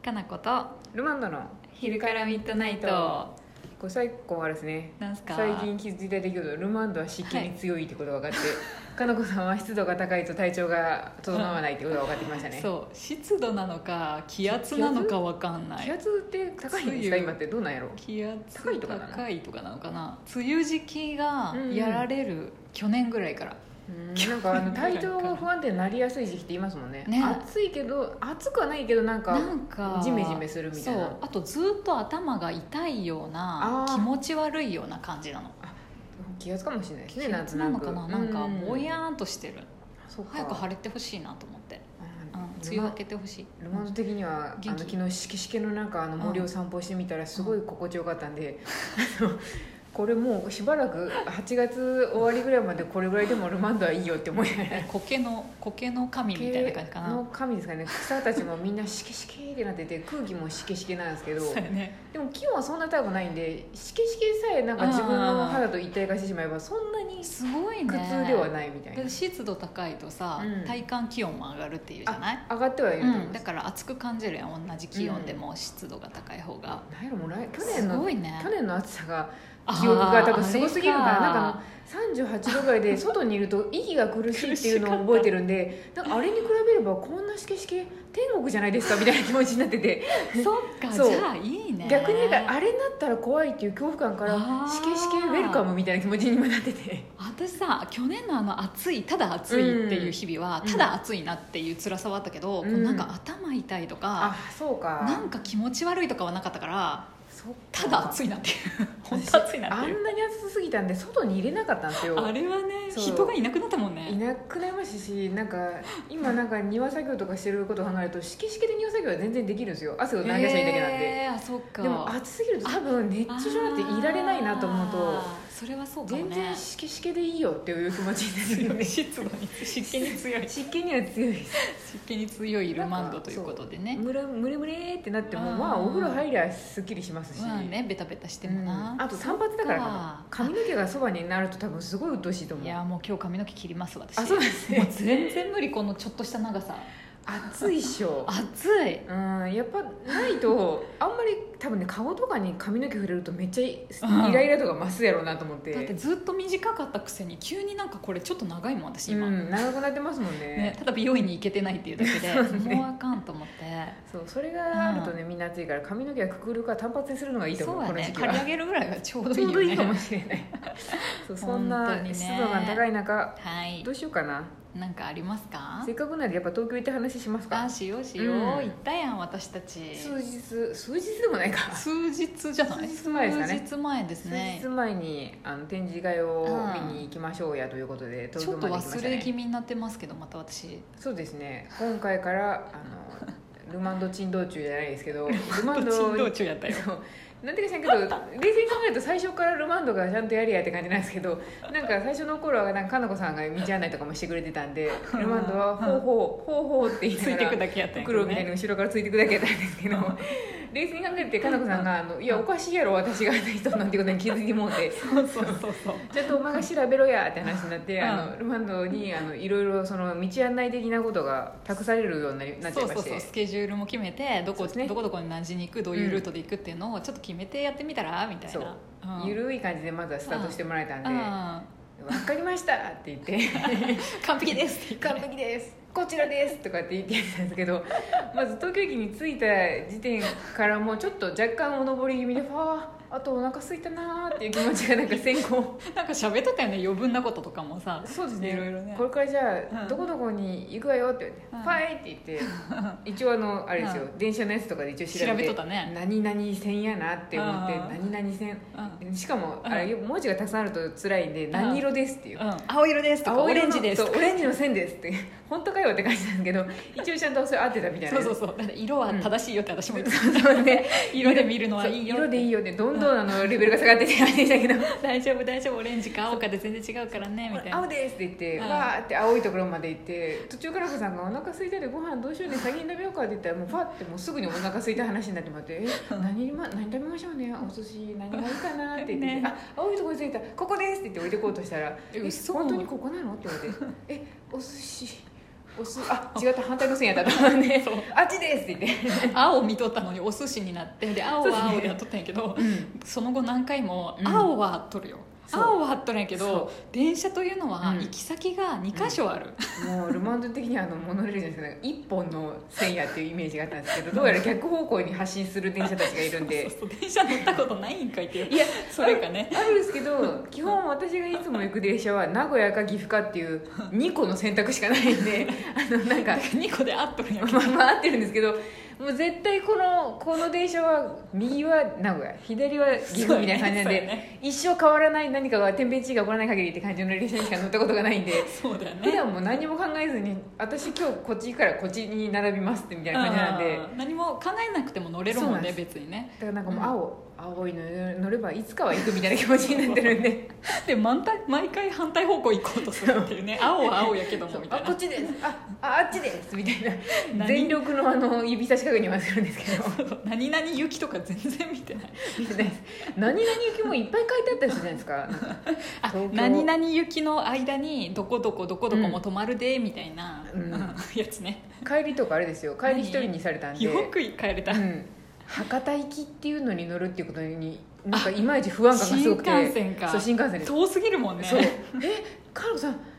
かなことルマンドの昼からミッドナイト。 これ最後はですね、 なんすか？ 最近気づいた出来事、ルマンドは湿気に強いってことが分かって、かなこさんは湿度が高いと体調が整わないってことが分かってきましたね。 そう、湿度なのか気圧なのか分かんない。 気圧って高いんですか今って？どうなんやろ？ 気圧高いとかなの？ 高いとかなのかな。梅雨時期がやられる、去年ぐらいから。 なんか体調が不安定になりやすい時期って言いますもんね。 ね、 暑いけど暑くはないけどなんかジメジメするみたいな。 そう、あとずっと頭が痛いような気持ち悪いような感じなの。 気圧かもしれないですね。 気圧なのかな、なんかぼやーんとしてる。早く晴れてほしいなと思って、梅雨明けてほしい。 ルマンド的には昨日しけしけの中森を散歩してみたらすごい心地よかったんで、これもうしばらく8月終わりぐらいまでこれぐらいでもルマンドはいいよって思いながら苔の神みたいな感じかな。 の神ですかね。草たちもみんなしけしけってなってて空気もしけしけなんですけど、 ね、 でも気温はそんな高くないんでしけしけさえなんか自分の肌と一体化してしまえばそんなにすごいね、 苦痛ではないみたいな。 湿度高いとさ、体感気温も上がるっていうじゃない？ 上がってはいると思います、 だから暑く感じるやん、同じ気温でも湿度が高い方が。 なんやろ、もう去年の暑さが記憶が多分すごすぎるからなんか38度ぐらいで外にいると息が苦しいっていうのを覚えてるんで、なんかあれに比べればこんなしけしけ天国じゃないですかみたいな気持ちになっててそっか、じゃあいいね。 逆にあれになったら怖いっていう恐怖感からしけしけウェルカムみたいな気持ちにもなってて、 私さ去年の暑いただ暑いっていう日々は、ただ暑いなっていう辛さはあったけど、こうなんか頭痛いとか、 そうか、 なんか気持ち悪いとかはなかったから、ただ暑いなっていう本当暑いなっていう。 あんなに暑すぎたんで外に入れなかったんですよ。 あれはね、人がいなくなったもんね。 いなくなりましたし、なんか今なんか庭作業とかしてることを考えるとしけしけで庭作業は全然できるんですよ。汗を流しゃいいだけなんで、 あ、そっか。 でも暑すぎると多分熱中症なんていられないなと思うと、 それはそうかもね、 全然しけしけでいいよっていう気持ちになるよね。 湿度に湿気に強い湿気には強いです。 湿気に強いルマンドということでね、 ムレムレってなってもまあお風呂入りゃすっきりしますし、 まあね、ベタベタしてもな、 あと単発だからかな、髪の毛がそばになると多分すごい鬱陶しいと思う。 いやもう今日髪の毛切ります私。 そうですね、 もう全然無理、このちょっとした長さ。 暑いっしょ。 暑い。 やっぱないとあんまり多分ね、顔とかに髪の毛触れるとめっちゃイライラとか増すやろうなと思って、 だってずっと短かったくせに急になんかこれちょっと長いもん私今、 長くなってますもん ね。 ただ美容院に行けてないっていうだけでもうあかんと思って。 それがあるとね、みんな暑いから髪の毛はくくるか単発にするのがいいと思う。 そうやね、 この時期は刈り上げるぐらいがちょうどいいよね。 ちょうどいいかもしれないそんな湿度が高い中、どうしようかな。 なんかありますか？ せっかくなんでやっぱ東京行って話しますか？ しようしよう、行ったやん私たち。 数日でもないか、 数日じゃない、 数日前ですかね。 数日前ですね。 数日前に展示会を見に行きましょうやということで東京まで行きましたね。 ちょっと忘れ気味になってますけど、また私。 そうですね、今回からルマンド珍道中じゃないですけど、ルマンド珍道中やったよ。 なんていうかしらんけど、冷静に考えると最初からルマンドがちゃんとやりやって感じなんですけど、なんか最初の頃はなんかかなこさんが道案内とかもしてくれてたんで、ルマンドはほうほうって言いながらついてくだけやったんやけどね、 袋みたいに後ろからついてくだけやったんですけど冷静に考えてかなこさんがいやおかしいやろ私が人なんてことに気づいてもうてそうちゃんとお前が調べろやって話になって、ルマンドにいろいろその道案内的なことが託されるようになっちゃいまして、 スケジュールも決めてどこどこに何時に行く、どういうルートで行くっていうのをちょっと決めてやってみたらみたいな、 ゆるい感じでまずはスタートしてもらえたんで、分かりましたって言って完璧ですって言って、 完璧ですこちらですとかって言ってたんですけど、まず東京駅に着いた時点からもうちょっと若干お上り気味で、あとお腹空いたなーっていう気持ちがなんか先行なんか喋っとったよね、余分なこととかもさ。 そうですね、 いろいろね。 これからじゃあ、どこどこに行くわよって言って、ファイって言って一応あれですよ、電車のやつとかで一応調べてとったね、 何々線やなって思って、何々線、しかもあれ文字がたくさんあると辛いんで、何色ですっていう、 青色ですとかオレンジですとか、 オレンジの線ですって本当かよって感じなんですけど、一応ちゃんとそれ合ってたみたいな。 そうだから色は正しいよって私も言ってた、 色で見るのはいいよって、 色でいいよって、どんどんレベルが下がってて感じでしたけど大丈夫オレンジか青かで全然違うからねみたいな。 青ですって言って、わーって青いところまで行って、途中からこさんがお腹空いたでご飯どうしようね、先に食べようかって言ったら、もうファってもうすぐにお腹空いた話になってもらって何食べましょうね、お寿司何がいいかなって言って、ね、青いところに着いたここですって言って置いてこうとしたら本当にここなのって言われてお寿司違った反対の線やったと思うんであっちですって言って青見とったのにお寿司になってで青は青でやっとったんやけど、その後何回も青は取るよ、青は取るんやけど電車というのは行き先が2箇所ある、 もうルマンド的にはモノレールじゃないですか、1本の線やっていうイメージがあったんですけどどうやら逆方向に発信する電車たちがいるんでそう電車乗ったことないんかいっていう、いやそれがねあるんですけど、基本私がいつも行く電車は名古屋か岐阜かっていう2個の選択しかないんでなんか 2個で合っとるんやけど合ってるんですけど、もう絶対この電車は右は名古屋左は岐阜みたいな感じなんで、ね、一生変わらない何かが天変地異が起こらない限りって感じの列車にしか乗ったことがないんでそうだよね、 普段も何も考えずに私今日こっちからこっちに並びますってみたいな感じなんで、 何も考えなくても乗れるもんね別にね。 だからなんかもう青いの乗ればいつかは行くみたいな気持ちになってるんでで毎回反対方向行こうとするっていうね青は青やけどもみたいな、 こっちですあっちですみたいな全力の指差し確認はするんですけど何々雪とか全然見てない見てないです。何々雪もいっぱい書いてあったりするじゃないですか。 何々雪の間にどこどこも止まるでみたいな、やつね。 帰りとかあれですよ、帰り一人にされたんでよく帰れた、 博多行きっていうのに乗るっていうことになんかいまいち不安感がすごくて、 新幹線か、 そう新幹線です。 遠すぎるもんね。 そうカノさん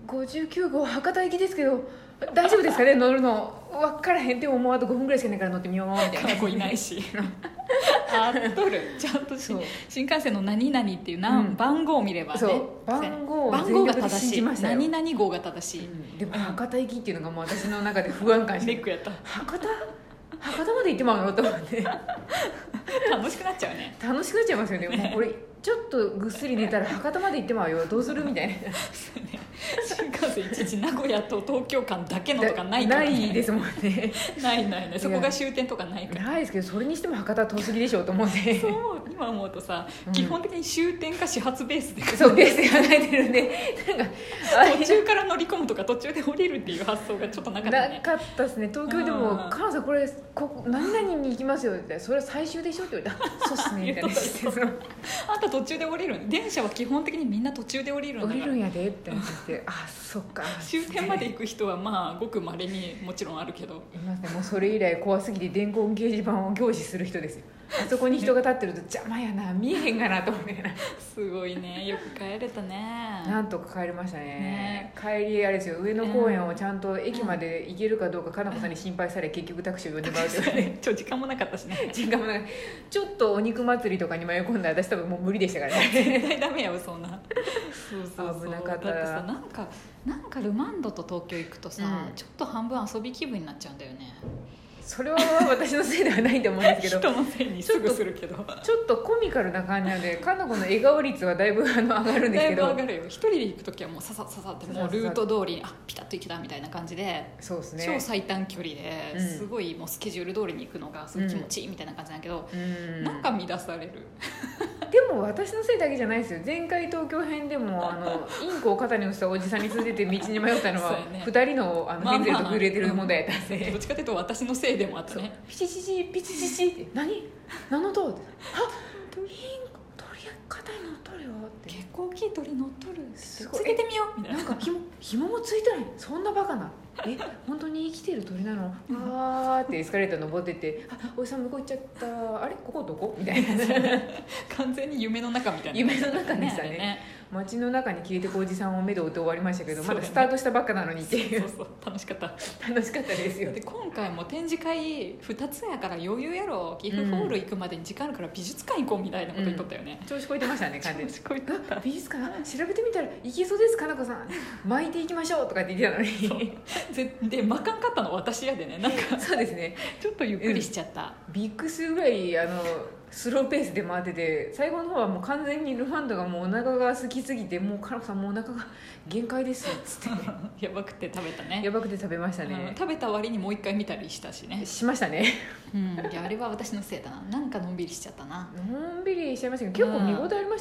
59号博多行きですけど大丈夫ですかね乗るの分からへん、でももうあと5分ぐらいしかないから乗ってみようみたいな。 かな子いないしあっとるちゃんと新幹線の何々っていう番号を見ればね、 そう番号が正しい、何々号が正しい、 でも博多行きっていうのがもう私の中で不安感してネックやった。 博多まで行ってまうのと思って楽しくなっちゃうね。 楽しくなっちゃいますよね。もうこれちょっとぐっすり寝たら博多まで行ってまうよ、どうするみたいな新幹線一時名古屋と東京間だけのとかないから、ね、 ないですもんねないそこが終点とかないから。 ないですけど、それにしても博多遠すぎでしょうと思ってそう今思うとさ、基本的に終点か始発ベースでそうベースで考えてるんでなんか途中から乗り込むとか途中で降りるっていう発想がちょっとなかったね。 なかったですね。東京でも「カナさんこれ何々に行きますよ」って言ったら「それは最終でしょ」って言われたそうっすね」みたいなあんた途中で降りるん、電車は基本的にみんな途中で降りるんだから。 降りるんやでって言ってあそっか終点まで行く人はまあごく稀にもちろんあるけどいますね。もうそれ以来怖すぎて伝言掲示板を凝視する人ですよ。あそこに人が立ってると邪魔やな、見えへんがなと思ってなすごいね、よく帰れたね。 なんとか帰れましたね。帰りあれですよ、上野公園をちゃんと駅まで行けるかどうかかなこさんに心配され結局タクシーを呼んでもらうというね時間もなかったしね。 時間もなかった。ちょっとお肉祭りとかに迷い込んだら私多分もう無理でしたからね絶対ダメやわそんなそう危なかっただってさ、なんかルマンドと東京行くとさ、ちょっと半分遊び気分になっちゃうんだよね。 それは私のせいではないと思うんですけど人のせいにすぐするけどちょっとコミカルな感じなのでかの子の笑顔率はだいぶ上がるんですけど、 だいぶ上がるよ。一人で行く時はもうささってもうルート通りピタッと行けたみたいな感じで、 そうですね、 超最短距離ですごいもうスケジュール通りに行くのがすごい気持ちいいみたいな感じなんだけど、なんか乱されるでも私のせいだけじゃないですよ。前回東京編でもインコを肩に乗せたおじさんに連れてて道に迷ったのは2人のヘンゼルとグレーテル問題やったんで、 どっちかというと私のせいでもあったね。 ピチチチピチチチって何の音って鳥肩に乗っとるよって結構大きい鳥乗っとるつけてみようみたいな。 なんか紐もついてない、そんなバカな本当に生きてる鳥なのわーってエスカレーター登ってっておじさん向こう行っちゃった、あれここどこみたいな完全に夢の中みたいな、 夢の中でしたね。街の中に消えてくおじさんを目で追って終わりましたけど、まだスタートしたばっかなのにっていう、 そう楽しかったですよ。 で今回も展示会2つやから余裕やろ、岐阜ホール行くまでに時間あるから美術館行こうみたいなこと言っとったよね、 調子こいてましたね完全に。 調子こいてた。 美術館調べてみたら行けそうですかなこさん巻いていきましょうとかって言ってたのにで巻かんかったの私やでね、なんかそうですね、 ちょっとゆっくりしちゃった、 ビッグスぐらいスローペースで回ってて、最後の方はもう完全にルマンドがもうお腹が空きすぎて、もうかなこさんもうお腹が限界ですっつってやばくて食べたね。 やばくて食べましたね、 食べた割にもう一回見たりしたしね。 しましたね、 いやあれは私のせいだな、なんかのんびりしちゃったな。 のんびりしちゃいましたけど結構見応えありましたよ。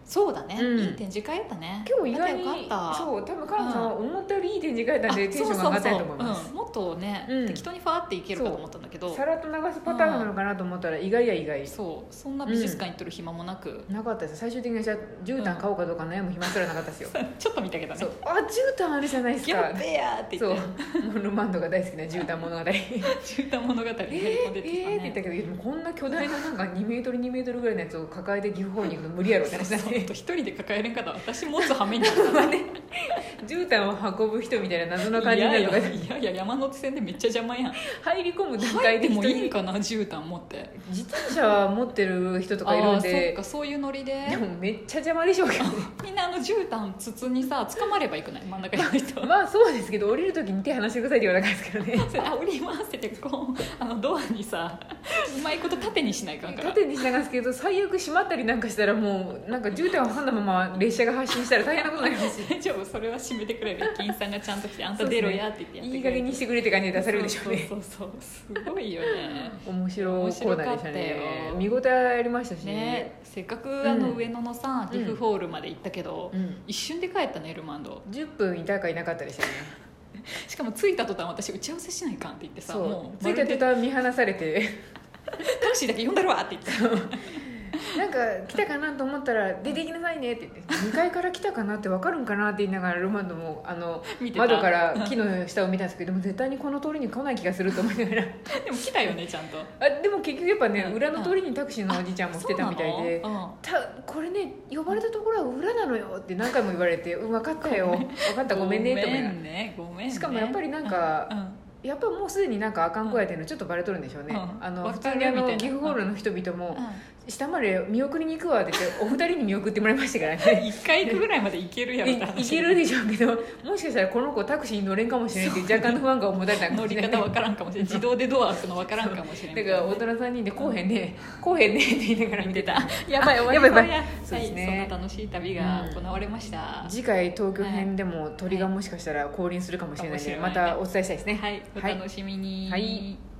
そうだね、いい展示会やったね。 今日意外によかった。 そう多分カナさんは思ったよりいい展示会やったんでテンションが上がったと思います。 もっとね、適当にファーっていけるかと思ったんだけど、 さらっと流すパターンなのかなと思ったら意外や意外。 そんな美術館行ってる暇もなく、 なかったです。最終的にじゃあ絨毯買おうかどうか悩む暇すらなかったですよ。 ちょっと見たけどね。 あ、絨毯あるじゃないですか。 やべやって言って。 そうルマンドが大好きな絨毯物語。 絨毯物語に入り込んでてたね。 って言ったけど、もうこんな巨大ななんか2メートル2メートルぐらいのやつを抱えて岐阜方に行くの無理やろって話なんで。 一人で抱えれんかったら私持つ羽目になるからね。 絨毯を運ぶ人みたいな謎の感じになるとか。 いや山手線でめっちゃ邪魔やん。 入り込む段階でもいいんかな絨毯持って。 自転車は持ってる人とかいるんで。 そうか、そういうノリで。 でもめっちゃ邪魔でしょうけどね。 みんな絨毯筒にさ捕まればいくない、真ん中にいる人。 まあそうですけど、降りる時に手離してくださいって言わなかったですけどね。 降りますってこうドアにさうまいこと縦にしないかんから。 縦にしながらですけど、最悪閉まったりなんかしたらもうなんか絨毯を挟んだまま列車が発進したら大変なことになりますし。 大丈夫、それは閉めてくれる。駅員さんがちゃんと来て、あんた出ろやって言ってやってくれる。 いい加減にしてくれって感じで出されるでしょうね。 そうすごいよね。 面白いコーナーでしたね。見応えありましたしね。 せっかく上野のさディフホールまで行ったけど、一瞬で帰ったねルマンド。 10分いたかいなかったでしたね。 しかも着いた途端私打ち合わせしないかんって言ってさ、もう着いた途端見放されてタクシーだけ呼んだるわって言ってなんか来たかなと思ったら出てきなさいねって言って2階から来たかなって分かるんかなって言いながらルマンドも窓から木の下を見たんですけど、でも絶対にこの通りに来ない気がすると思いながらでも来たよねちゃんと。 でも結局やっぱね、裏の通りにタクシーのおじちゃんも来てたみたいで、これね呼ばれたところは裏なのよって何回も言われて、分かったよ分かったごめんねって思いながら、 ごめんね。 しかもやっぱりなんか、やっぱもうすでになんかあかん子やっていうのちょっとバレとるんでしょうね。普通に岐阜ホールの人々も下まで見送りに行くわって言ってお二人に見送ってもらいましたからね。 1回行くぐらいまで行けるやろって話。行けるでしょうけど、もしかしたらこの子タクシーに乗れんかもしれないって若干の不安感を持たれたかもしれない。 乗り方わからんかもしれない。自動でドア開くのわからんかもしれない。 だから大人3人でこうへんねこうへんねって言いながら見てた。 やばい終わりそうや。 そうですね。 そんな楽しい旅が行われました。 次回東京編でも鳥がもしかしたら降臨するかもしれないので、またお伝えしたいですね。 はい、お楽しみに。 はい。